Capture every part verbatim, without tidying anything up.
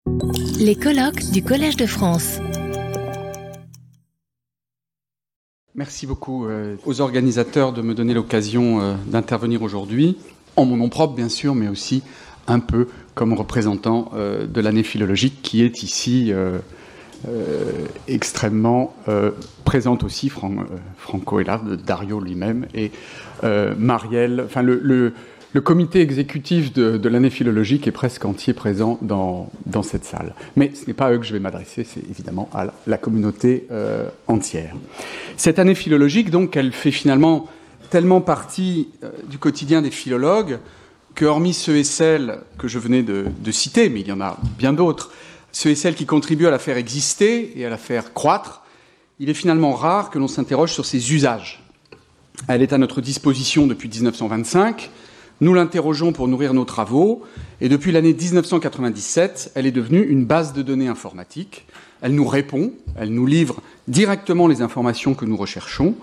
Les colloques du Collège de France. Merci beaucoup euh, aux organisateurs de me donner l'occasion euh, d'intervenir aujourd'hui, en mon nom propre bien sûr, mais aussi un peu comme représentant euh, de l'année philologique qui est ici euh, euh, extrêmement euh, présente aussi. Fran- euh, Franco est là, Dario lui-même, et euh, Marielle, enfin le, le, le comité exécutif de, de l'année philologique est presque entier présent dans, dans cette salle. Mais ce n'est pas à eux que je vais m'adresser, c'est évidemment à la, la communauté euh, entière. Cette année philologique, donc, elle fait finalement tellement partie euh, du quotidien des philologues que, hormis ceux et celles que je venais de, de citer, mais il y en a bien d'autres, ceux et celles qui contribuent à la faire exister et à la faire croître, il est finalement rare que l'on s'interroge sur ses usages. Elle est à notre disposition depuis dix-neuf cent vingt-cinq, nous l'interrogeons pour nourrir nos travaux, et depuis l'année dix-neuf cent quatre-vingt-dix-sept, elle est devenue une base de données informatique. Elle nous répond, elle nous livre directement les informations que nous recherchons,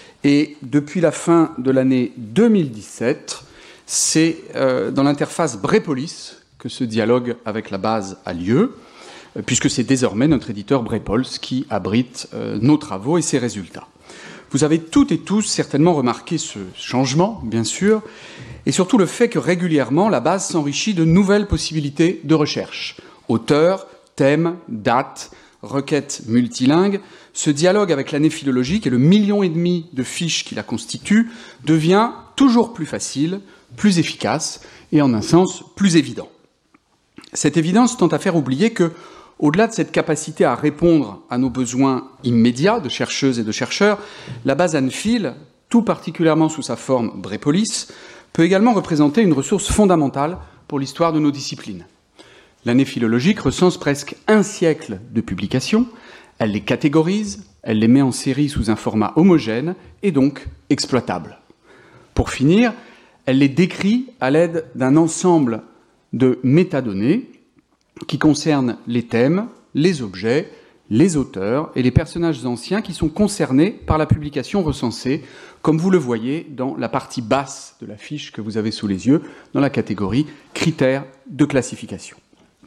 et depuis la fin de l'année deux mille dix-sept, c'est euh, dans l'interface Brepolis que ce dialogue avec la base a lieu, euh, puisque c'est désormais notre éditeur Brepols qui abrite euh, nos travaux et ses résultats. Vous avez toutes et tous certainement remarqué ce changement, bien sûr, et surtout le fait que régulièrement la base s'enrichit de nouvelles possibilités de recherche. Auteurs, thèmes, dates, requêtes multilingues, ce dialogue avec l'année philologique et le million et demi de fiches qui la constituent devient toujours plus facile, plus efficace et en un sens plus évident. Cette évidence tend à faire oublier que, au-delà de cette capacité à répondre à nos besoins immédiats de chercheuses et de chercheurs, la base ANPHIL, tout particulièrement sous sa forme Brepolis, peut également représenter une ressource fondamentale pour l'histoire de nos disciplines. L'année philologique recense presque un siècle de publications, elle les catégorise, elle les met en série sous un format homogène et donc exploitable. Pour finir, elle les décrit à l'aide d'un ensemble de métadonnées qui concernent les thèmes, les objets, les auteurs et les personnages anciens qui sont concernés par la publication recensée, comme vous le voyez dans la partie basse de la fiche que vous avez sous les yeux, dans la catégorie critères de classification.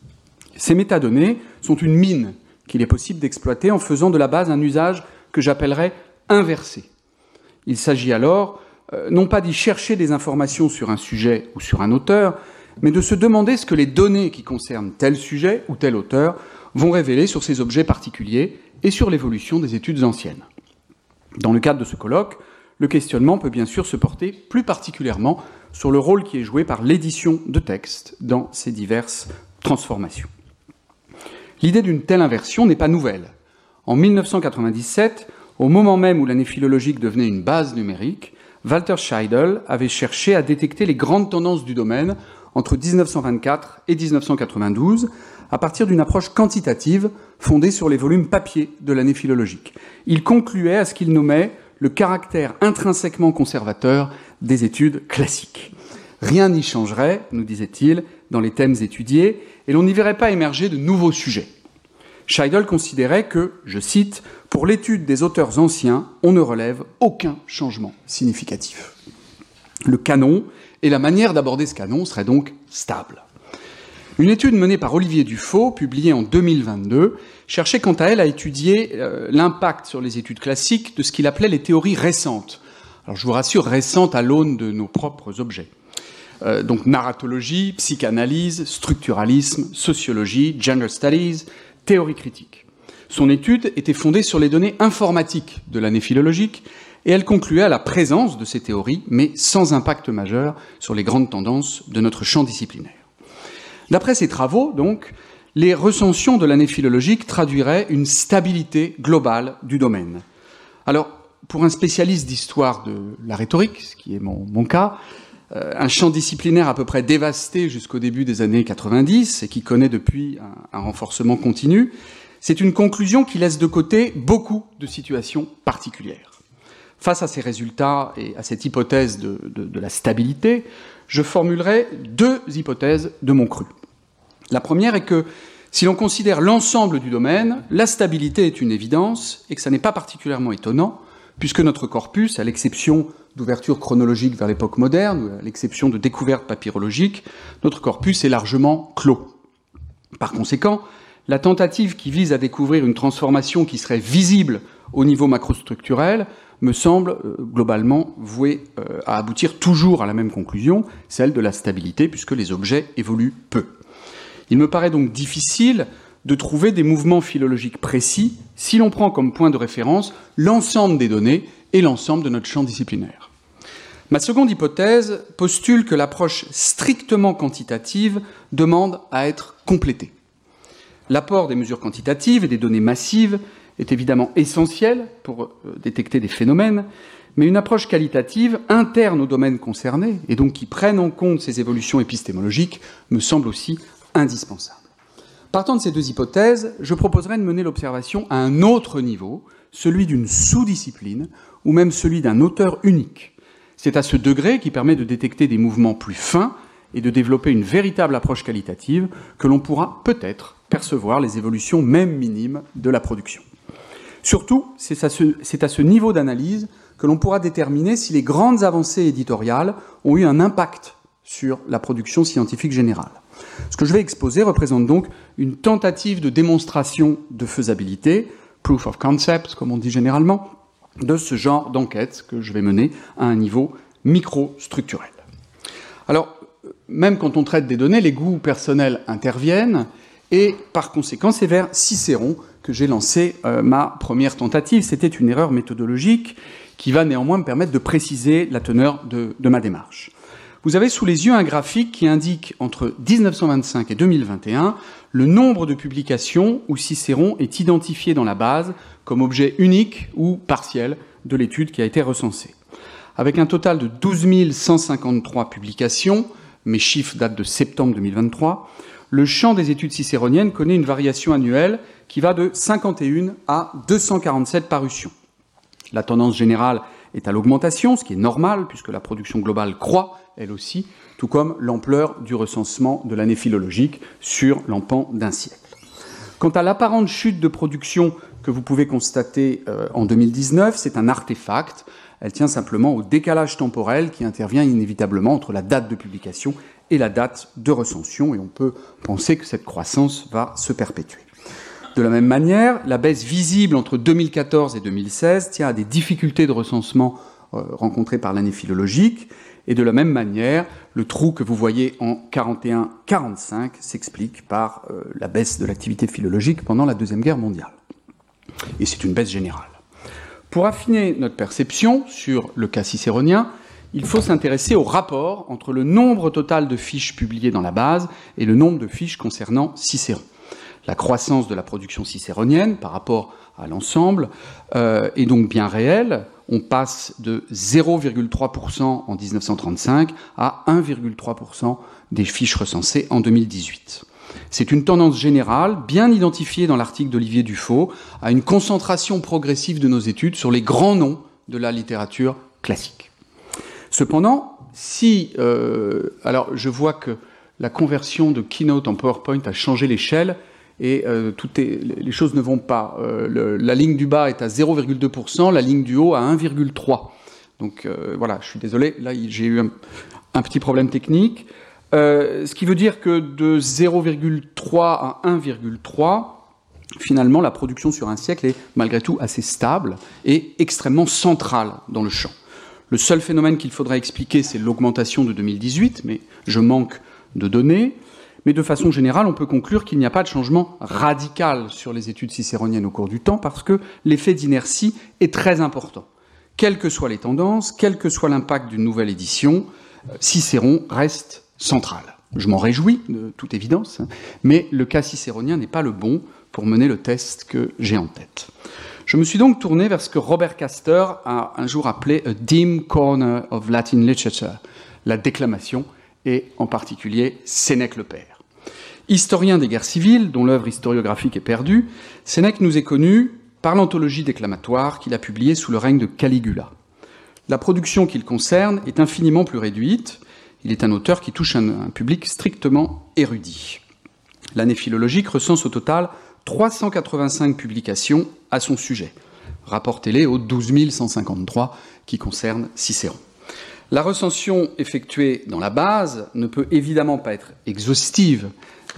Ces métadonnées sont une mine qu'il est possible d'exploiter en faisant de la base un usage que j'appellerais inversé. Il s'agit alors euh, non pas d'y chercher des informations sur un sujet ou sur un auteur, mais de se demander ce que les données qui concernent tel sujet ou tel auteur vont révéler sur ces objets particuliers et sur l'évolution des études anciennes. Dans le cadre de ce colloque, le questionnement peut bien sûr se porter plus particulièrement sur le rôle qui est joué par l'édition de textes dans ces diverses transformations. L'idée d'une telle inversion n'est pas nouvelle. En mille neuf cent quatre-vingt-dix-sept, au moment même où l'année philologique devenait une base numérique, Walter Scheidel avait cherché à détecter les grandes tendances du domaine entre dix-neuf cent vingt-quatre et dix-neuf cent quatre-vingt-douze, à partir d'une approche quantitative fondée sur les volumes papier de l'année philologique. Il concluait à ce qu'il nommait le caractère intrinsèquement conservateur des études classiques. Rien n'y changerait, nous disait-il, dans les thèmes étudiés, et l'on n'y verrait pas émerger de nouveaux sujets. Scheidel considérait que, je cite, « pour l'étude des auteurs anciens, on ne relève aucun changement significatif ». Le canon et la manière d'aborder ce canon seraient donc stables. Une étude menée par Olivier Dufaux, publiée en deux mille vingt-deux, cherchait quant à elle à étudier euh, l'impact sur les études classiques de ce qu'il appelait les théories récentes. Alors je vous rassure, récentes à l'aune de nos propres objets. Euh, donc narratologie, psychanalyse, structuralisme, sociologie, gender studies, théorie critique. Son étude était fondée sur les données informatiques de l'année philologique et elle concluait à la présence de ces théories, mais sans impact majeur sur les grandes tendances de notre champ disciplinaire. D'après ces travaux, donc, les recensions de l'année philologique traduiraient une stabilité globale du domaine. Alors, pour un spécialiste d'histoire de la rhétorique, ce qui est mon, mon cas, euh, un champ disciplinaire à peu près dévasté jusqu'au début des années quatre-vingt-dix et qui connaît depuis un, un renforcement continu, c'est une conclusion qui laisse de côté beaucoup de situations particulières. Face à ces résultats et à cette hypothèse de, de, de la stabilité, je formulerai deux hypothèses de mon cru. La première est que, si l'on considère l'ensemble du domaine, la stabilité est une évidence et que ça n'est pas particulièrement étonnant, puisque notre corpus, à l'exception d'ouverture chronologique vers l'époque moderne, ou à l'exception de découvertes papyrologiques, notre corpus est largement clos. Par conséquent, la tentative qui vise à découvrir une transformation qui serait visible au niveau macrostructurel me semble euh, globalement vouée euh, à aboutir toujours à la même conclusion, celle de la stabilité, puisque les objets évoluent peu. Il me paraît donc difficile de trouver des mouvements philologiques précis si l'on prend comme point de référence l'ensemble des données et l'ensemble de notre champ disciplinaire. Ma seconde hypothèse postule que l'approche strictement quantitative demande à être complétée. L'apport des mesures quantitatives et des données massives est évidemment essentiel pour détecter des phénomènes, mais une approche qualitative interne au domaine concerné, et donc qui prenne en compte ces évolutions épistémologiques, me semble aussi indispensable. Partant de ces deux hypothèses, je proposerai de mener l'observation à un autre niveau, celui d'une sous-discipline, ou même celui d'un auteur unique. C'est à ce degré qui permet de détecter des mouvements plus fins et de développer une véritable approche qualitative que l'on pourra peut-être percevoir les évolutions même minimes de la production. Surtout, c'est à ce, c'est à ce niveau d'analyse que l'on pourra déterminer si les grandes avancées éditoriales ont eu un impact sur la production scientifique générale. Ce que je vais exposer représente donc une tentative de démonstration de faisabilité, proof of concept, comme on dit généralement, de ce genre d'enquête que je vais mener à un niveau microstructurel. Alors, même quand on traite des données, les goûts personnels interviennent, et par conséquent, c'est vers Cicéron que j'ai lancé euh, ma première tentative. C'était une erreur méthodologique qui va néanmoins me permettre de préciser la teneur de, de ma démarche. Vous avez sous les yeux un graphique qui indique entre dix-neuf cent vingt-cinq et deux mille vingt et un le nombre de publications où Cicéron est identifié dans la base comme objet unique ou partiel de l'étude qui a été recensée. Avec un total de douze mille cent cinquante-trois publications, mes chiffres datent de septembre deux mille vingt-trois, le champ des études cicéroniennes connaît une variation annuelle qui va de cinquante et un à deux cent quarante-sept parutions. La tendance générale est à l'augmentation, ce qui est normal puisque la production globale croît, elle aussi, tout comme l'ampleur du recensement de l'année philologique sur l'empan d'un siècle. Quant à l'apparente chute de production que vous pouvez constater euh, en deux mille dix-neuf, c'est un artefact. Elle tient simplement au décalage temporel qui intervient inévitablement entre la date de publication et la date de recension, et on peut penser que cette croissance va se perpétuer. De la même manière, la baisse visible entre deux mille quatorze et deux mille seize tient à des difficultés de recensement euh, rencontrées par l'année philologique, et de la même manière, le trou que vous voyez en quarante et un quarante-cinq s'explique par euh, la baisse de l'activité philologique pendant la Deuxième Guerre mondiale. Et c'est une baisse générale. Pour affiner notre perception sur le cas cicéronien, il faut s'intéresser au rapport entre le nombre total de fiches publiées dans la base et le nombre de fiches concernant Cicéron. La croissance de la production cicéronienne par rapport à l'ensemble euh, est donc bien réelle. On passe de zéro virgule trois pour cent en dix-neuf cent trente-cinq à un virgule trois pour cent des fiches recensées en deux mille dix-huit. C'est une tendance générale, bien identifiée dans l'article d'Olivier Dufaux, à une concentration progressive de nos études sur les grands noms de la littérature classique. Cependant, si... Euh, alors, je vois que la conversion de Keynote en PowerPoint a changé l'échelle, et euh, tout est, les choses ne vont pas. Euh, le, la ligne du bas est à zéro virgule deux pour cent, la ligne du haut à un virgule trois pour cent. Donc euh, voilà, je suis désolé, là j'ai eu un, un petit problème technique. Euh, ce qui veut dire que de zéro virgule trois à un virgule trois, finalement, la production sur un siècle est malgré tout assez stable et extrêmement centrale dans le champ. Le seul phénomène qu'il faudrait expliquer, c'est l'augmentation de deux mille dix-huit, mais je manque de données. Mais de façon générale, on peut conclure qu'il n'y a pas de changement radical sur les études cicéroniennes au cours du temps, parce que l'effet d'inertie est très important. Quelles que soient les tendances, quel que soit l'impact d'une nouvelle édition, Cicéron reste central. Je m'en réjouis, de toute évidence, mais le cas cicéronien n'est pas le bon pour mener le test que j'ai en tête. Je me suis donc tourné vers ce que Robert Castor a un jour appelé « a dim corner of Latin literature », la déclamation, et en particulier Sénèque le Père. Historien des guerres civiles, dont l'œuvre historiographique est perdue, Sénèque nous est connu par l'anthologie déclamatoire qu'il a publiée sous le règne de Caligula. La production qu'il concerne est infiniment plus réduite. Il est un auteur qui touche un, un public strictement érudit. L'année philologique recense au total trois cent quatre-vingt-cinq publications à son sujet. Rapportez-les aux douze mille cent cinquante-trois qui concernent Cicéron. La recension effectuée dans la base ne peut évidemment pas être exhaustive, mais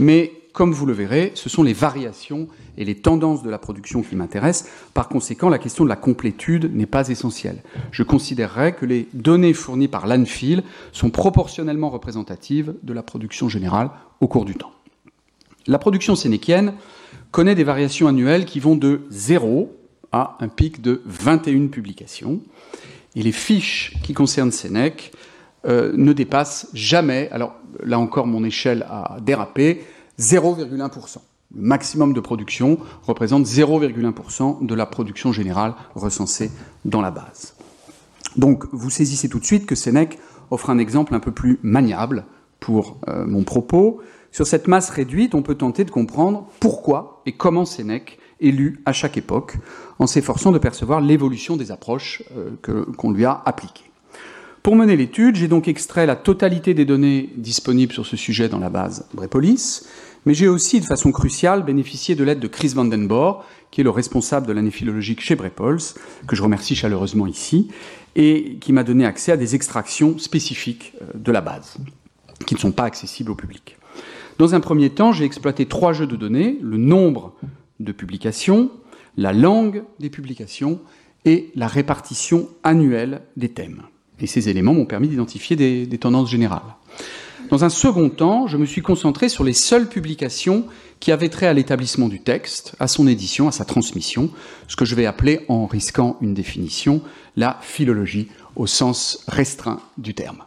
comme vous le verrez, ce sont les variations et les tendances de la production qui m'intéressent. Par conséquent, la question de la complétude n'est pas essentielle. Je considérerais que les données fournies par l'ANFIL sont proportionnellement représentatives de la production générale au cours du temps. La production sénéchienne connaît des variations annuelles qui vont de zéro à un pic de vingt et une publications. Et les fiches qui concernent Sénèque euh, ne dépassent jamais, alors là encore mon échelle a dérapé, zéro virgule un pour cent. Le maximum de production représente zéro virgule un pour cent de la production générale recensée dans la base. Donc vous saisissez tout de suite que Sénèque offre un exemple un peu plus maniable pour euh, mon propos. Sur cette masse réduite, on peut tenter de comprendre pourquoi et comment Sénèque est lu à chaque époque, en s'efforçant de percevoir l'évolution des approches euh, que, qu'on lui a appliquées. Pour mener l'étude, j'ai donc extrait la totalité des données disponibles sur ce sujet dans la base Brepolis, mais j'ai aussi, de façon cruciale, bénéficié de l'aide de Chris van den Borre, qui est le responsable de l'année philologique chez Brepols, que je remercie chaleureusement ici, et qui m'a donné accès à des extractions spécifiques de la base, qui ne sont pas accessibles au public. Dans un premier temps, j'ai exploité trois jeux de données, le nombre de publications, la langue des publications et la répartition annuelle des thèmes. Et ces éléments m'ont permis d'identifier des, des tendances générales. Dans un second temps, je me suis concentré sur les seules publications qui avaient trait à l'établissement du texte, à son édition, à sa transmission, ce que je vais appeler, en risquant une définition, la philologie au sens restreint du terme.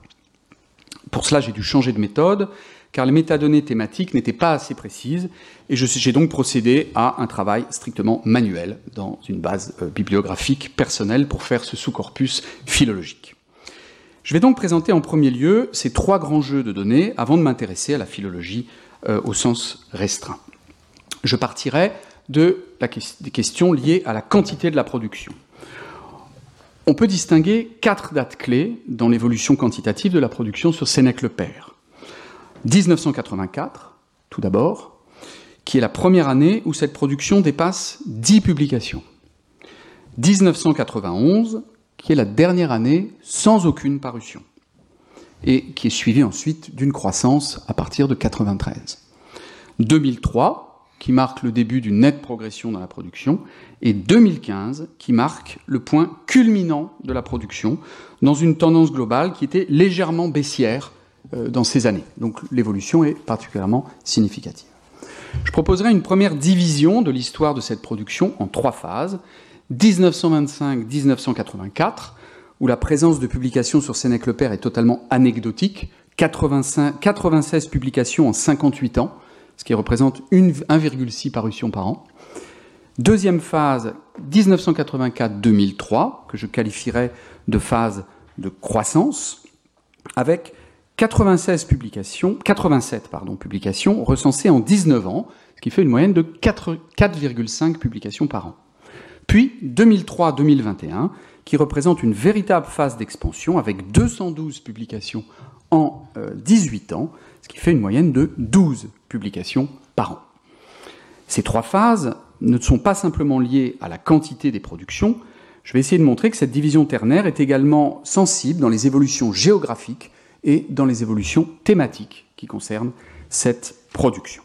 Pour cela, j'ai dû changer de méthode, car les métadonnées thématiques n'étaient pas assez précises, et je, j'ai donc procédé à un travail strictement manuel dans une base euh, bibliographique personnelle pour faire ce sous-corpus philologique. Je vais donc présenter en premier lieu ces trois grands jeux de données avant de m'intéresser à la philologie euh, au sens restreint. Je partirai de la que- des questions liées à la quantité de la production. On peut distinguer quatre dates clés dans l'évolution quantitative de la production sur Sénèque-le-Père. dix-neuf cent quatre-vingt-quatre, tout d'abord, qui est la première année où cette production dépasse dix publications. dix-neuf cent quatre-vingt-onze, qui est la dernière année sans aucune parution, et qui est suivie ensuite d'une croissance à partir de quatre-vingt-treize. deux mille trois, qui marque le début d'une nette progression dans la production, et deux mille quinze, qui marque le point culminant de la production, dans une tendance globale qui était légèrement baissière euh, dans ces années. Donc l'évolution est particulièrement significative. Je proposerai une première division de l'histoire de cette production en trois phases. dix-neuf cent vingt-cinq à dix-neuf cent quatre-vingt-quatre, où la présence de publications sur Sénèque-le-Père est totalement anecdotique, quatre-vingt-cinq, quatre-vingt-seize publications en cinquante-huit ans, ce qui représente un virgule six parutions par an. Deuxième phase, dix-neuf cent quatre-vingt-quatre à deux mille trois, que je qualifierais de phase de croissance, avec quatre-vingt-seize publications, quatre-vingt-sept pardon, publications recensées en dix-neuf ans, ce qui fait une moyenne de quatre virgule cinq publications par an. Puis deux mille trois à deux mille vingt et un, qui représente une véritable phase d'expansion avec deux cent douze publications en euh, dix-huit ans, ce qui fait une moyenne de douze publications par an. Ces trois phases ne sont pas simplement liées à la quantité des productions. Je vais essayer de montrer que cette division ternaire est également sensible dans les évolutions géographiques et dans les évolutions thématiques qui concernent cette production.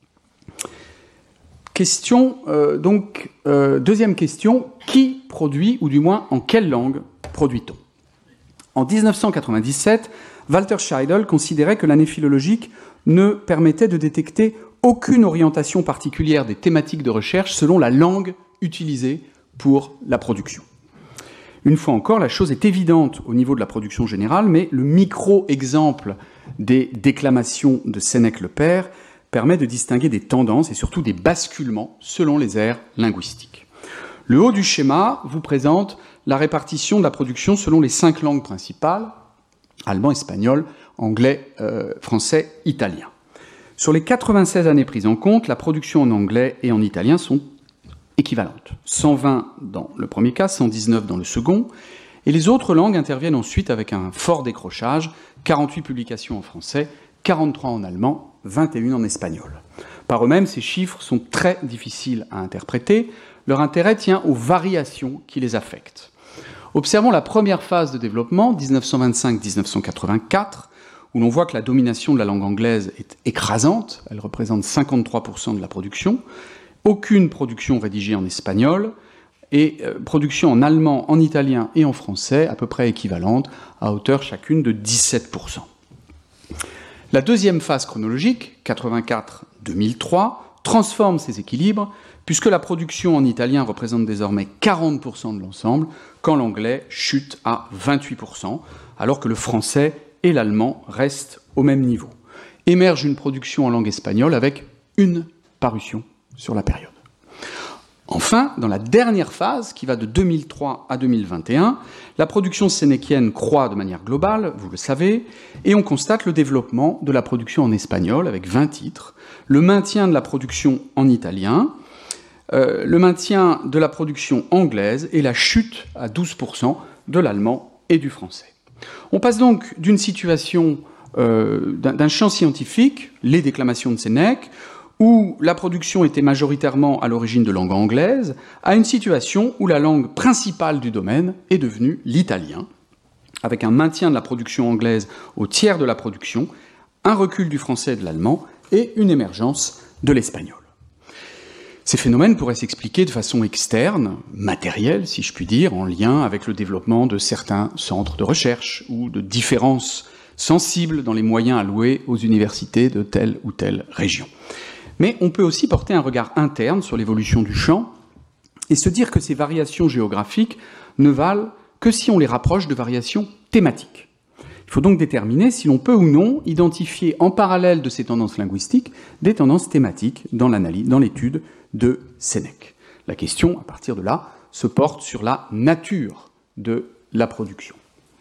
Question, euh, donc, euh, deuxième question, qui produit, ou du moins en quelle langue produit-on ? En dix-neuf cent quatre-vingt-dix-sept, Walter Scheidel considérait que l'année philologique ne permettait de détecter aucune orientation particulière des thématiques de recherche selon la langue utilisée pour la production. Une fois encore, la chose est évidente au niveau de la production générale, mais le micro-exemple des déclamations de Sénèque-le-Père permet de distinguer des tendances et surtout des basculements selon les aires linguistiques. Le haut du schéma vous présente la répartition de la production selon les cinq langues principales, allemand, espagnol, anglais, euh, français, italien. Sur les quatre-vingt-seize années prises en compte, la production en anglais et en italien sont équivalentes. cent vingt dans le premier cas, cent dix-neuf dans le second, et les autres langues interviennent ensuite avec un fort décrochage, quarante-huit publications en français, quarante-trois en allemand, vingt et une en espagnol. Par eux-mêmes, ces chiffres sont très difficiles à interpréter. Leur intérêt tient aux variations qui les affectent. Observons la première phase de développement, dix-neuf cent vingt-cinq à dix-neuf cent quatre-vingt-quatre, où l'on voit que la domination de la langue anglaise est écrasante, elle représente cinquante-trois pour cent de la production, aucune production rédigée en espagnol, et euh, production en allemand, en italien et en français, à peu près équivalente, à hauteur chacune de dix-sept pour cent. La deuxième phase chronologique, quatre-vingt-quatre à deux mille trois, transforme ces équilibres, puisque la production en italien représente désormais quarante pour cent de l'ensemble, quand l'anglais chute à vingt-huit pour cent, alors que le français et l'allemand restent au même niveau. Émerge une production en langue espagnole avec une parution sur la période. Enfin, dans la dernière phase, qui va de deux mille trois à deux mille vingt et un, la production sénéchienne croît de manière globale, vous le savez, et on constate le développement de la production en espagnol, avec vingt titres, le maintien de la production en italien, euh, le maintien de la production anglaise et la chute à douze pour cent de l'allemand et du français. On passe donc d'une situation, euh, d'un, d'un champ scientifique, les déclamations de Sénèque, où la production était majoritairement à l'origine de langue anglaise, à une situation où la langue principale du domaine est devenue l'italien, avec un maintien de la production anglaise au tiers de la production, un recul du français et de l'allemand, et une émergence de l'espagnol. Ces phénomènes pourraient s'expliquer de façon externe, matérielle, si je puis dire, en lien avec le développement de certains centres de recherche ou de différences sensibles dans les moyens alloués aux universités de telle ou telle région. Mais on peut aussi porter un regard interne sur l'évolution du champ et se dire que ces variations géographiques ne valent que si on les rapproche de variations thématiques. Il faut donc déterminer si l'on peut ou non identifier en parallèle de ces tendances linguistiques des tendances thématiques dans l'analyse, dans l'étude de Sénèque. La question, à partir de là, se porte sur la nature de la production.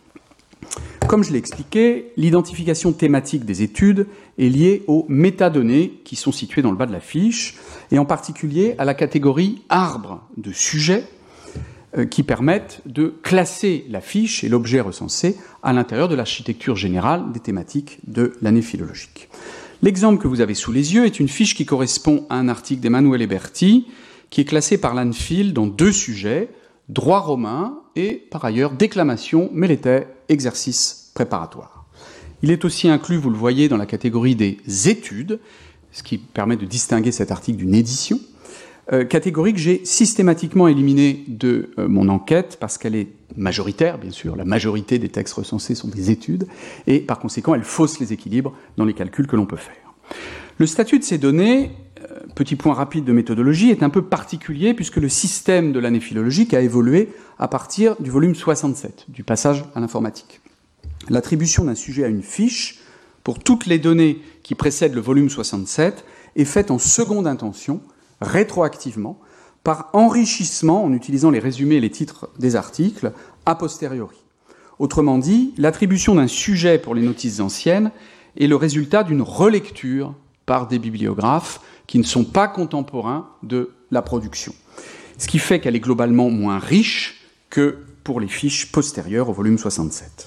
Comme je l'ai expliqué, l'identification thématique des études est liée aux métadonnées qui sont situées dans le bas de la fiche, et en particulier à la catégorie arbre de sujets euh, qui permettent de classer la fiche et l'objet recensé à l'intérieur de l'architecture générale des thématiques de l'année philologique. L'exemple que vous avez sous les yeux est une fiche qui correspond à un article d'Emanuele Berti, qui est classé par l'ANFIL dans deux sujets, droit romain et, par ailleurs, déclamation, Melete, exercice préparatoire. Il est aussi inclus, vous le voyez, dans la catégorie des études, ce qui permet de distinguer cet article d'une édition, euh, catégorie que j'ai systématiquement éliminée de euh, mon enquête parce qu'elle est majoritaire, bien sûr, la majorité des textes recensés sont des études, et par conséquent, elle fausse les équilibres dans les calculs que l'on peut faire. Le statut de ces données, euh, petit point rapide de méthodologie, est un peu particulier puisque le système de l'année philologique a évolué à partir du volume soixante-sept, du passage à l'informatique. L'attribution d'un sujet à une fiche, pour toutes les données qui précèdent le volume soixante-sept, est faite en seconde intention, rétroactivement, par enrichissement en utilisant les résumés et les titres des articles a posteriori. Autrement dit, l'attribution d'un sujet pour les notices anciennes est le résultat d'une relecture par des bibliographes qui ne sont pas contemporains de la production. Ce qui fait qu'elle est globalement moins riche que pour les fiches postérieures au volume soixante-sept.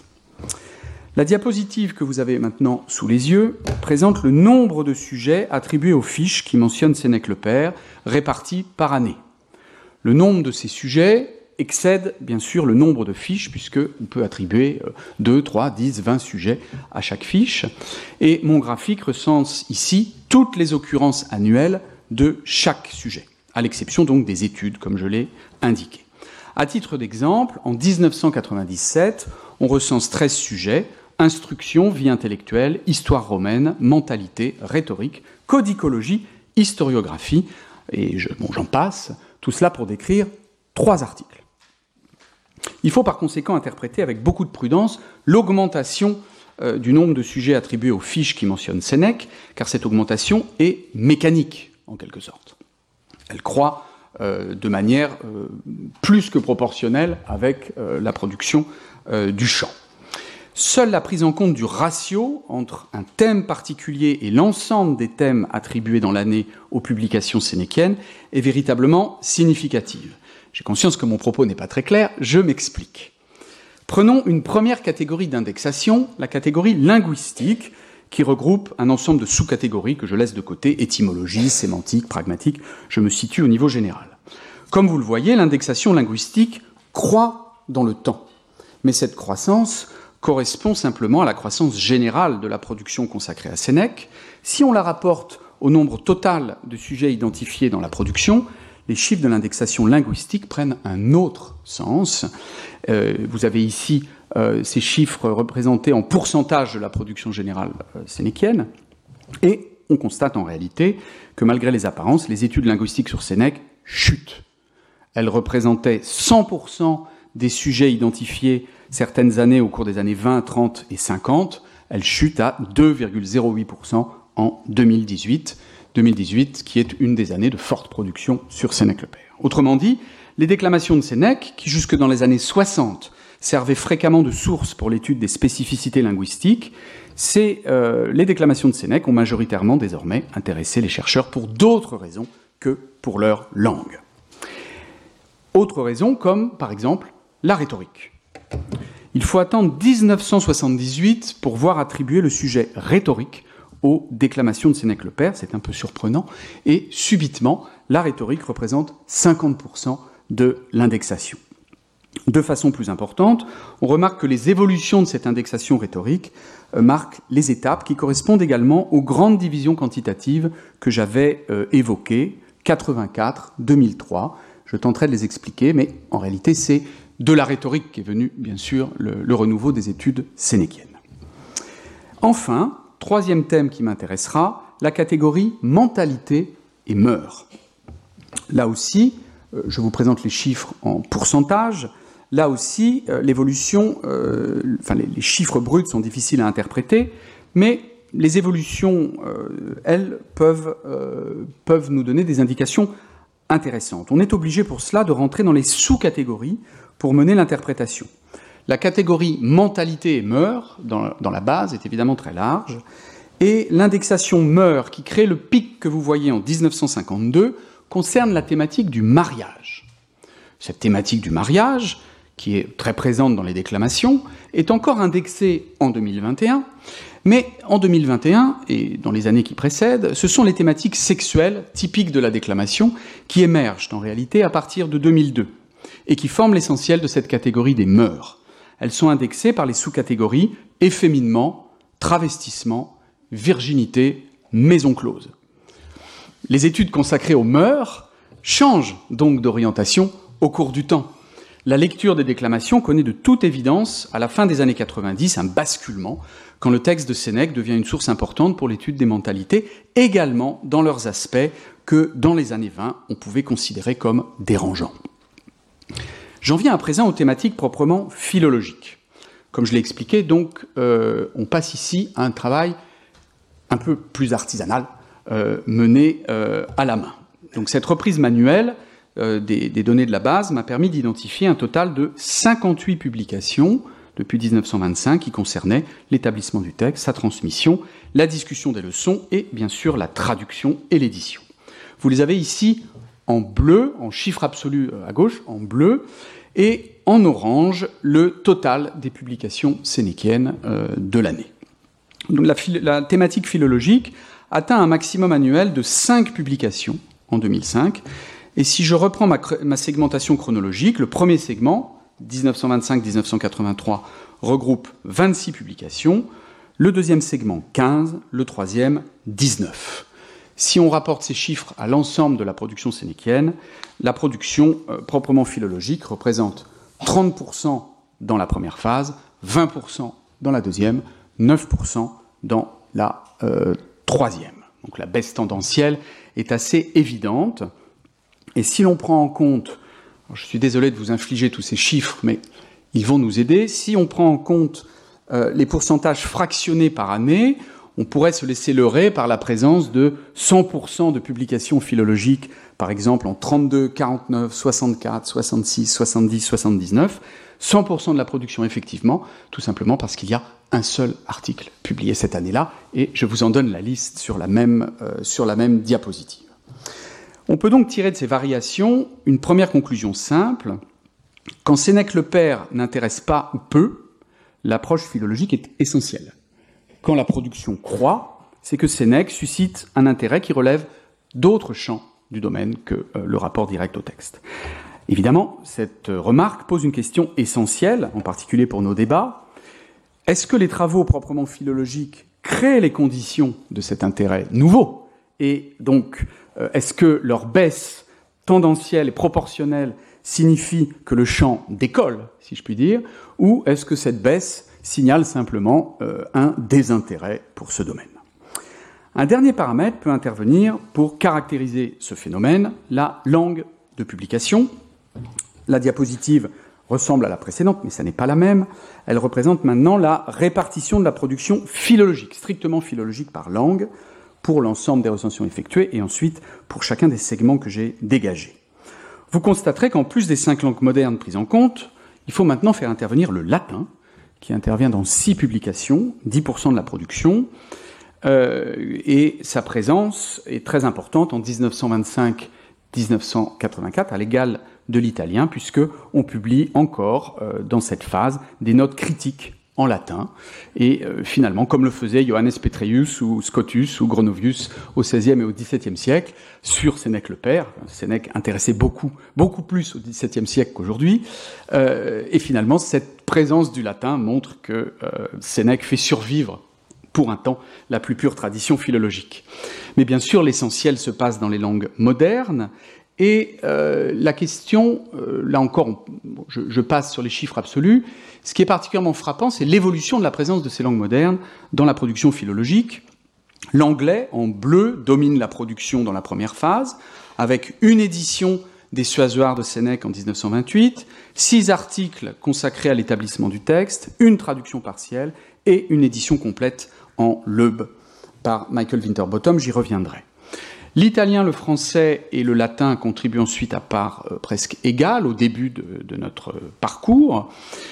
La diapositive que vous avez maintenant sous les yeux présente le nombre de sujets attribués aux fiches qui mentionnent Sénèque le Père, répartis par année. Le nombre de ces sujets excède bien sûr le nombre de fiches, puisqu'on peut attribuer deux, trois, dix, vingt sujets à chaque fiche. Et mon graphique recense ici toutes les occurrences annuelles de chaque sujet, à l'exception donc des études, comme je l'ai indiqué. À titre d'exemple, en dix-neuf cent quatre-vingt-dix-sept, on recense treize sujets: instruction, vie intellectuelle, histoire romaine, mentalité, rhétorique, codicologie, historiographie, et je, bon, j'en passe, tout cela pour décrire trois articles. Il faut par conséquent interpréter avec beaucoup de prudence l'augmentation euh, du nombre de sujets attribués aux fiches qui mentionnent Sénèque, car cette augmentation est mécanique, en quelque sorte. Elle croît euh, de manière euh, plus que proportionnelle avec euh, la production euh, du champ. Seule la prise en compte du ratio entre un thème particulier et l'ensemble des thèmes attribués dans l'année aux publications sénéchiennes est véritablement significative. J'ai conscience que mon propos n'est pas très clair, je m'explique. Prenons une première catégorie d'indexation, la catégorie linguistique, qui regroupe un ensemble de sous-catégories que je laisse de côté, étymologie, sémantique, pragmatique, je me situe au niveau général. Comme vous le voyez, l'indexation linguistique croît dans le temps, mais cette croissance correspond simplement à la croissance générale de la production consacrée à Sénèque. Si on la rapporte au nombre total de sujets identifiés dans la production, les chiffres de l'indexation linguistique prennent un autre sens. Euh, vous avez ici euh, ces chiffres représentés en pourcentage de la production générale euh, sénéquienne, et on constate en réalité que malgré les apparences, les études linguistiques sur Sénèque chutent. Elles représentaient cent pour cent des sujets identifiés certaines années au cours des années vingt, trente et cinquante. Elles chutent à deux virgule zéro huit pour cent en deux mille dix-huit. deux mille dix-huit, qui est une des années de forte production sur Sénèque-le-Père. Autrement dit, les déclamations de Sénèque, qui jusque dans les années soixante servaient fréquemment de source pour l'étude des spécificités linguistiques, c'est, euh, les déclamations de Sénèque ont majoritairement désormais intéressé les chercheurs pour d'autres raisons que pour leur langue. Autres raisons comme, par exemple, la rhétorique. Il faut attendre dix-neuf cent soixante-dix-huit pour voir attribuer le sujet rhétorique aux déclamations de Sénèque-le-Père, c'est un peu surprenant, et subitement, la rhétorique représente cinquante pour cent de l'indexation. De façon plus importante, on remarque que les évolutions de cette indexation rhétorique euh, marquent les étapes qui correspondent également aux grandes divisions quantitatives que j'avais euh, évoquées, quatre-vingt-quatre, deux mille trois. Je tenterai de les expliquer, mais en réalité, c'est de la rhétorique qu'est venu, bien sûr, le, le renouveau des études sénéquiennes. Enfin, troisième thème qui m'intéressera, la catégorie mentalité et mœurs. Là aussi, euh, je vous présente les chiffres en pourcentage. Là aussi, euh, l'évolution, euh, enfin les, les chiffres bruts sont difficiles à interpréter, mais les évolutions, euh, elles, peuvent, euh, peuvent nous donner des indications intéressantes. On est obligé pour cela de rentrer dans les sous-catégories pour mener l'interprétation. La catégorie mentalité et mœurs, dans, dans la base, est évidemment très large, et l'indexation mœurs, qui crée le pic que vous voyez en dix-neuf cent cinquante-deux, concerne la thématique du mariage. Cette thématique du mariage, qui est très présente dans les déclamations, est encore indexée en deux mille vingt et un, mais en deux mille vingt et un, et dans les années qui précèdent, ce sont les thématiques sexuelles typiques de la déclamation qui émergent en réalité à partir de deux mille deux, et qui forment l'essentiel de cette catégorie des mœurs. Elles sont indexées par les sous-catégories efféminement, travestissement, virginité, maison close. Les études consacrées aux mœurs changent donc d'orientation au cours du temps. La lecture des déclamations connaît de toute évidence, à la fin des années quatre-vingt-dix, un basculement, quand le texte de Sénèque devient une source importante pour l'étude des mentalités, également dans leurs aspects que, dans les années vingt, on pouvait considérer comme dérangeants. J'en viens à présent aux thématiques proprement philologiques. Comme je l'ai expliqué, donc, euh, on passe ici à un travail un peu plus artisanal, euh, mené euh, à la main. Donc cette reprise manuelle euh, des, des données de la base m'a permis d'identifier un total de cinquante-huit publications depuis dix-neuf cent vingt-cinq qui concernaient l'établissement du texte, sa transmission, la discussion des leçons et bien sûr la traduction et l'édition. Vous les avez ici en bleu, en chiffre absolu à gauche, en bleu, et en orange, le total des publications sénéquiennes euh, de l'année. Donc la, la thématique philologique atteint un maximum annuel de cinq publications en deux mille cinq, et si je reprends ma, ma segmentation chronologique, le premier segment, dix-neuf cent vingt-cinq à dix-neuf cent quatre-vingt-trois, regroupe vingt-six publications, le deuxième segment quinze, le troisième dix-neuf. Si on rapporte ces chiffres à l'ensemble de la production sénéquienne, la production euh, proprement philologique représente trente pour cent dans la première phase, vingt pour cent dans la deuxième, neuf pour cent dans la euh, troisième. Donc la baisse tendancielle est assez évidente. Et si l'on prend en compte, je suis désolé de vous infliger tous ces chiffres, mais ils vont nous aider, si on prend en compte euh, les pourcentages fractionnés par année, on pourrait se laisser leurrer par la présence de cent pour cent de publications philologiques, par exemple en trente-deux, quarante-neuf, soixante-quatre, soixante-six, soixante-dix, soixante-dix-neuf, cent pour cent de la production effectivement, tout simplement parce qu'il y a un seul article publié cette année-là, et je vous en donne la liste sur la même, euh, sur la même diapositive. On peut donc tirer de ces variations une première conclusion simple. Quand Sénèque-le-Père n'intéresse pas ou peu, l'approche philologique est essentielle. Quand la production croît, c'est que Sénèque suscite un intérêt qui relève d'autres champs du domaine que euh, le rapport direct au texte. Évidemment, cette remarque pose une question essentielle, en particulier pour nos débats. Est-ce que les travaux proprement philologiques créent les conditions de cet intérêt nouveau? Et donc, euh, est-ce que leur baisse tendancielle et proportionnelle signifie que le champ décolle, si je puis dire, ou est-ce que cette baisse signale simplement euh, un désintérêt pour ce domaine? Un dernier paramètre peut intervenir pour caractériser ce phénomène, la langue de publication. La diapositive ressemble à la précédente, mais ça n'est pas la même. Elle représente maintenant la répartition de la production philologique, strictement philologique par langue, pour l'ensemble des recensions effectuées, et ensuite pour chacun des segments que j'ai dégagés. Vous constaterez qu'en plus des cinq langues modernes prises en compte, il faut maintenant faire intervenir le latin, qui intervient dans six publications, dix pour cent de la production, euh, et sa présence est très importante en dix-neuf cent vingt-cinq à dix-neuf cent quatre-vingt-quatre, à l'égal de l'italien, puisqu'on publie encore, euh, dans cette phase, des notes critiques en latin, et euh, finalement, comme le faisaient Johannes Petreius ou Scotus ou Gronovius au seizième et au dix-septième siècle, sur Sénèque le Père. Sénèque intéressait beaucoup, beaucoup plus au dix-septième siècle qu'aujourd'hui, euh, et finalement, cette présence du latin montre que euh, Sénèque fait survivre, pour un temps, la plus pure tradition philologique. Mais bien sûr, l'essentiel se passe dans les langues modernes, et euh, la question, euh, là encore, on, je, je passe sur les chiffres absolus, ce qui est particulièrement frappant, c'est l'évolution de la présence de ces langues modernes dans la production philologique. L'anglais, en bleu, domine la production dans la première phase, avec une édition des Suazoirs de Sénèque en dix-neuf cent vingt-huit, six articles consacrés à l'établissement du texte, une traduction partielle et une édition complète en Leub par Michael Winterbottom, j'y reviendrai. L'italien, le français et le latin contribuent ensuite à part euh, presque égale au début de, de notre parcours.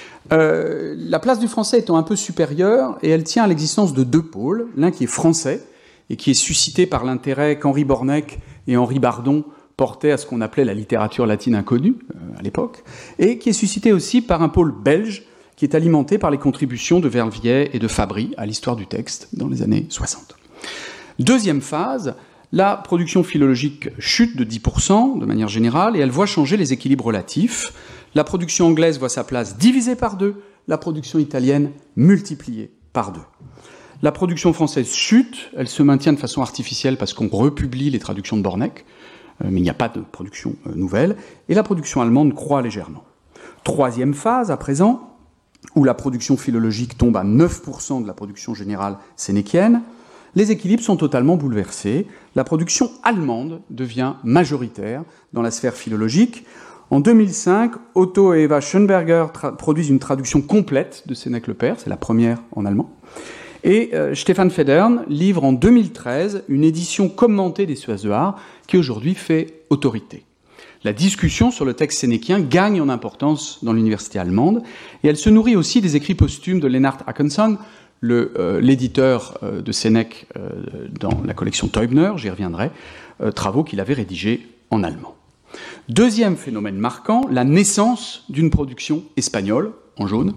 Euh, la place du français étant un peu supérieure, et elle tient à l'existence de deux pôles, l'un qui est français, et qui est suscité par l'intérêt qu'Henri Borneck et Henri Bardon portaient à ce qu'on appelait la littérature latine inconnue, euh, à l'époque, et qui est suscité aussi par un pôle belge, qui est alimenté par les contributions de Verviers et de Fabry à l'histoire du texte dans les années soixante. Deuxième phase, la production philologique chute de dix pour cent de manière générale, et elle voit changer les équilibres relatifs. La production anglaise voit sa place divisée par deux, la production italienne multipliée par deux. La production française chute, elle se maintient de façon artificielle parce qu'on republie les traductions de Borneck, euh, mais il n'y a pas de production euh, nouvelle, et la production allemande croît légèrement. Troisième phase, à présent, où la production philologique tombe à neuf pour cent de la production générale sénéquienne, les équilibres sont totalement bouleversés. La production allemande devient majoritaire dans la sphère philologique. En deux mille cinq, Otto et Eva Schönberger produisent une traduction complète de Sénèque le Père, c'est la première en allemand. Et euh, Stefan Federn livre en deux mille treize une édition commentée des Suazoirs qui aujourd'hui fait autorité. La discussion sur le texte sénéquien gagne en importance dans l'université allemande, et elle se nourrit aussi des écrits posthumes de Lennart Haakenson, le, euh, l'éditeur euh, de Sénèque euh, dans la collection Teubner, j'y reviendrai, euh, travaux qu'il avait rédigés en allemand. Deuxième phénomène marquant, la naissance d'une production espagnole, en jaune,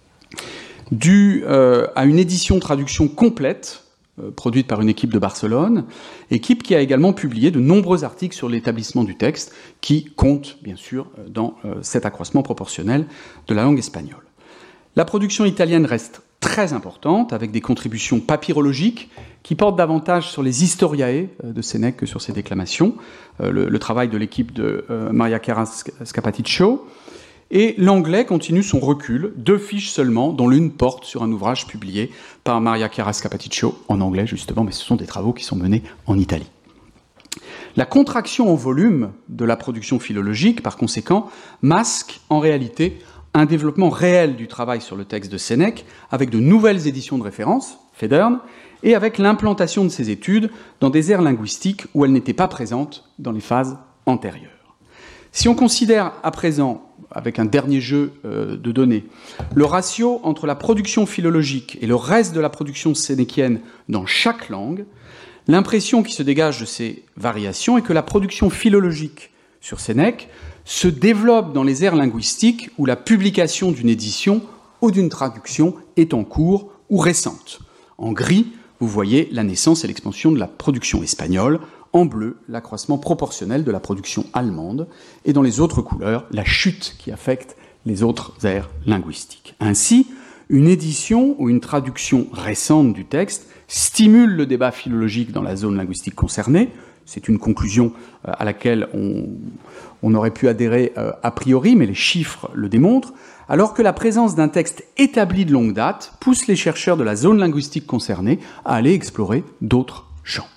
due euh, à une édition-traduction complète, euh, produite par une équipe de Barcelone, équipe qui a également publié de nombreux articles sur l'établissement du texte, qui compte, bien sûr, dans euh, cet accroissement proportionnel de la langue espagnole. La production italienne reste très importante, avec des contributions papyrologiques qui portent davantage sur les historiae de Sénèque que sur ses déclamations, euh, le, le travail de l'équipe de euh, Maria Chiara Scapaticcio. Et l'anglais continue son recul, deux fiches seulement, dont l'une porte sur un ouvrage publié par Maria Chiara Scapaticcio, en anglais justement, mais ce sont des travaux qui sont menés en Italie. La contraction en volume de la production philologique, par conséquent, masque en réalité un développement réel du travail sur le texte de Sénèque, avec de nouvelles éditions de référence, Federn, et avec l'implantation de ces études dans des aires linguistiques où elles n'étaient pas présentes dans les phases antérieures. Si on considère à présent, avec un dernier jeu euh, de données, le ratio entre la production philologique et le reste de la production sénéquienne dans chaque langue, l'impression qui se dégage de ces variations est que la production philologique sur Sénèque se développe dans les aires linguistiques où la publication d'une édition ou d'une traduction est en cours ou récente. En gris, vous voyez la naissance et l'expansion de la production espagnole, en bleu, l'accroissement proportionnel de la production allemande, et dans les autres couleurs, la chute qui affecte les autres aires linguistiques. Ainsi, une édition ou une traduction récente du texte stimule le débat philologique dans la zone linguistique concernée. C'est une conclusion à laquelle on, on aurait pu adhérer a priori, mais les chiffres le démontrent, alors que la présence d'un texte établi de longue date pousse les chercheurs de la zone linguistique concernée à aller explorer d'autres champs.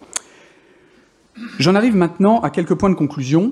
J'en arrive maintenant à quelques points de conclusion,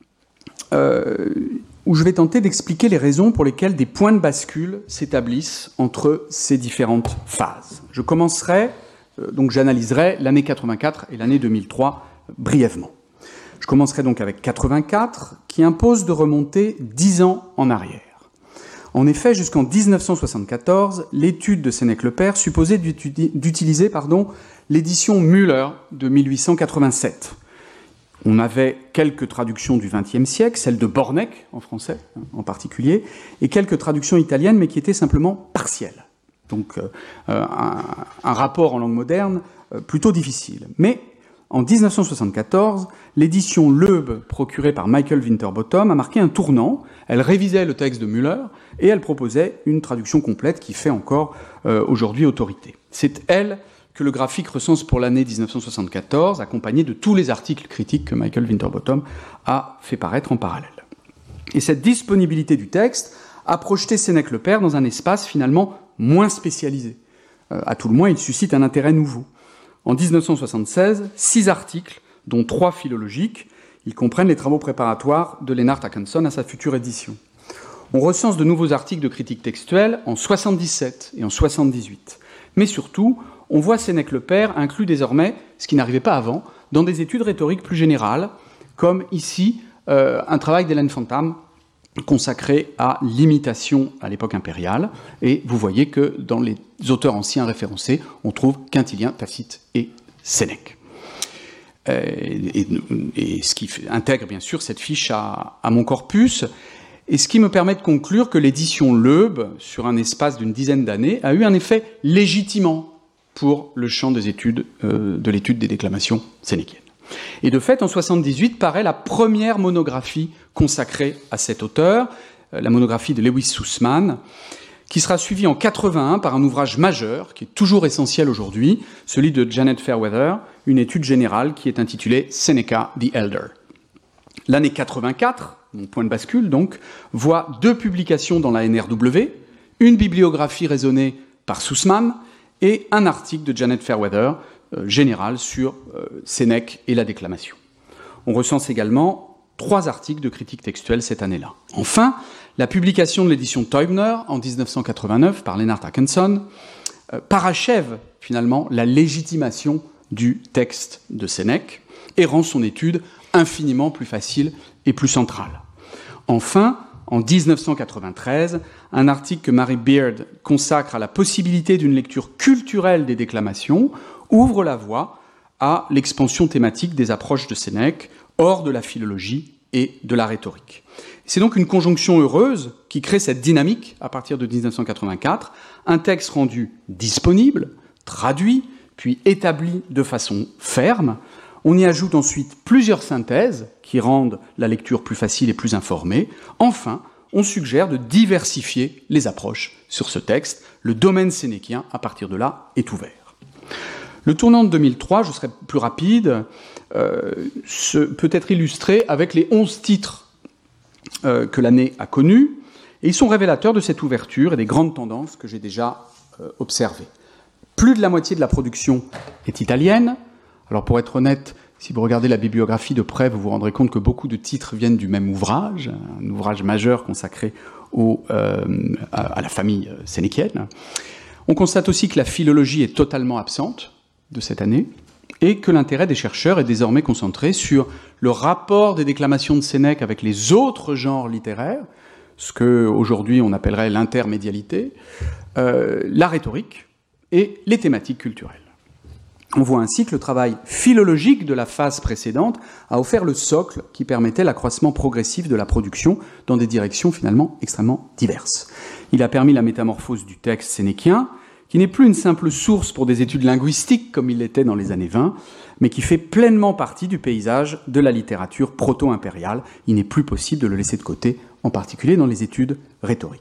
euh, où je vais tenter d'expliquer les raisons pour lesquelles des points de bascule s'établissent entre ces différentes phases. Je commencerai, euh, donc j'analyserai l'année quatre-vingt-quatre et l'année deux mille trois euh, brièvement. Je commencerai donc avec quatre-vingt-quatre, qui impose de remonter dix ans en arrière. En effet, jusqu'en dix-neuf cent soixante-quatorze, l'étude de Sénèque-le-Père supposait d'utiliser pardon, l'édition Müller de mille huit cent quatre-vingt-sept. On avait quelques traductions du vingtième siècle, celle de Borneck, en français en particulier, et quelques traductions italiennes, mais qui étaient simplement partielles. Donc euh, un, un rapport en langue moderne euh, plutôt difficile. Mais en dix-neuf cent soixante-quatorze, l'édition Loeb, procurée par Michael Winterbottom, a marqué un tournant. Elle révisait le texte de Müller et elle proposait une traduction complète qui fait encore euh, aujourd'hui autorité. C'est elle que le graphique recense pour l'année dix-neuf cent soixante-quatorze, accompagné de tous les articles critiques que Michael Winterbottom a fait paraître en parallèle. Et cette disponibilité du texte a projeté Sénèque-le-Père dans un espace finalement moins spécialisé. Euh, à tout le moins, il suscite un intérêt nouveau. En dix-neuf cent soixante-seize, six articles, dont trois philologiques, ils comprennent les travaux préparatoires de Lennart Håkansson à sa future édition. On recense de nouveaux articles de critique textuelle en soixante-dix-sept et en soixante-dix-huit. Mais surtout, on voit Sénèque-le-Père inclus désormais, ce qui n'arrivait pas avant, dans des études rhétoriques plus générales, comme ici euh, un travail d'Hélène Fantham consacré à l'imitation à l'époque impériale. Et vous voyez que dans les auteurs anciens référencés, on trouve Quintilien, Tacite et Sénèque. Et, et, et ce qui intègre bien sûr cette fiche à, à mon corpus, et ce qui me permet de conclure que l'édition Loeb, sur un espace d'une dizaine d'années, a eu un effet légitimant pour le champ des études, euh, de l'étude des déclamations sénéchiennes. Et de fait, en soixante-dix-huit paraît la première monographie consacrée à cet auteur, euh, la monographie de Lewis Sussman, qui sera suivie en quatre-vingt-un par un ouvrage majeur, qui est toujours essentiel aujourd'hui, celui de Janet Fairweather, une étude générale qui est intitulée Seneca the Elder. L'année quatre-vingt-quatre, mon point de bascule donc, voit deux publications dans la N R W, une bibliographie raisonnée par Sussman et un article de Janet Fairweather, euh, général sur euh, Sénèque et la déclamation. On recense également trois articles de critique textuelle cette année-là. Enfin, la publication de l'édition Teubner en dix-neuf cent quatre-vingt-neuf par Lennart Håkansson euh, parachève finalement la légitimation du texte de Sénèque et rend son étude infiniment plus facile et plus centrale. Enfin, en dix-neuf cent quatre-vingt-treize, un article que Mary Beard consacre à la possibilité d'une lecture culturelle des déclamations ouvre la voie à l'expansion thématique des approches de Sénèque hors de la philologie et de la rhétorique. C'est donc une conjonction heureuse qui crée cette dynamique à partir de dix-neuf cent quatre-vingt-quatre, un texte rendu disponible, traduit, puis établi de façon ferme. On y ajoute ensuite plusieurs synthèses qui rendent la lecture plus facile et plus informée. Enfin, on suggère de diversifier les approches sur ce texte. Le domaine sénéchien, à partir de là, est ouvert. Le tournant de deux mille trois, je serai plus rapide, euh, se, peut être illustré avec les onze titres euh, que l'année a connus, et ils sont révélateurs de cette ouverture et des grandes tendances que j'ai déjà euh, observées. Plus de la moitié de la production est italienne. Alors pour être honnête, si vous regardez la bibliographie de près, vous vous rendrez compte que beaucoup de titres viennent du même ouvrage, un ouvrage majeur consacré au, euh, à, à la famille sénéchienne. On constate aussi que la philologie est totalement absente de cette année et que l'intérêt des chercheurs est désormais concentré sur le rapport des déclamations de Sénèque avec les autres genres littéraires, ce qu'aujourd'hui on appellerait l'intermédialité, euh, la rhétorique et les thématiques culturelles. On voit ainsi que le travail philologique de la phase précédente a offert le socle qui permettait l'accroissement progressif de la production dans des directions finalement extrêmement diverses. Il a permis la métamorphose du texte sénéchien, qui n'est plus une simple source pour des études linguistiques comme il l'était dans les années vingt, mais qui fait pleinement partie du paysage de la littérature proto-impériale. Il n'est plus possible de le laisser de côté, en particulier dans les études rhétoriques.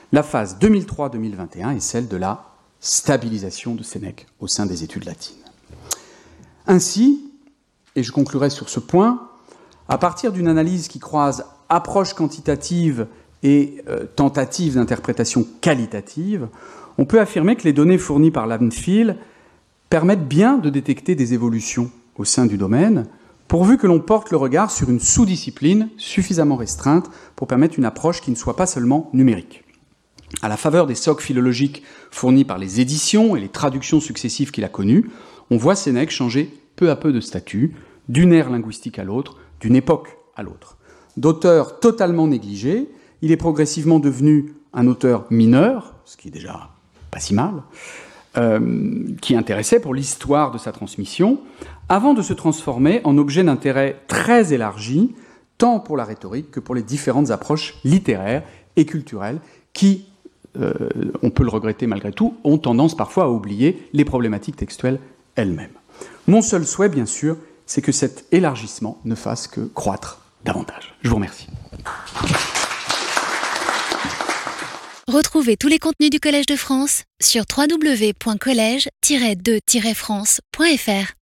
La phase deux mille trois deux mille vingt et un est celle de la stabilisation de Sénèque au sein des études latines. Ainsi, et je conclurai sur ce point, à partir d'une analyse qui croise approche quantitative et euh, tentative d'interprétation qualitative, on peut affirmer que les données fournies par l'ANFIL permettent bien de détecter des évolutions au sein du domaine, pourvu que l'on porte le regard sur une sous-discipline suffisamment restreinte pour permettre une approche qui ne soit pas seulement numérique. À la faveur des socles philologiques fournis par les éditions et les traductions successives qu'il a connues, on voit Sénèque changer peu à peu de statut, d'une ère linguistique à l'autre, d'une époque à l'autre. D'auteur totalement négligé, il est progressivement devenu un auteur mineur, ce qui est déjà pas si mal, euh, qui intéressait pour l'histoire de sa transmission, avant de se transformer en objet d'intérêt très élargi, tant pour la rhétorique que pour les différentes approches littéraires et culturelles qui, euh, on peut le regretter malgré tout, ont tendance parfois à oublier les problématiques textuelles elles-mêmes. Mon seul souhait, bien sûr, c'est que cet élargissement ne fasse que croître davantage. Je vous remercie. Retrouvez tous les contenus du Collège de France sur w w w point collège tiret de tiret france point f r.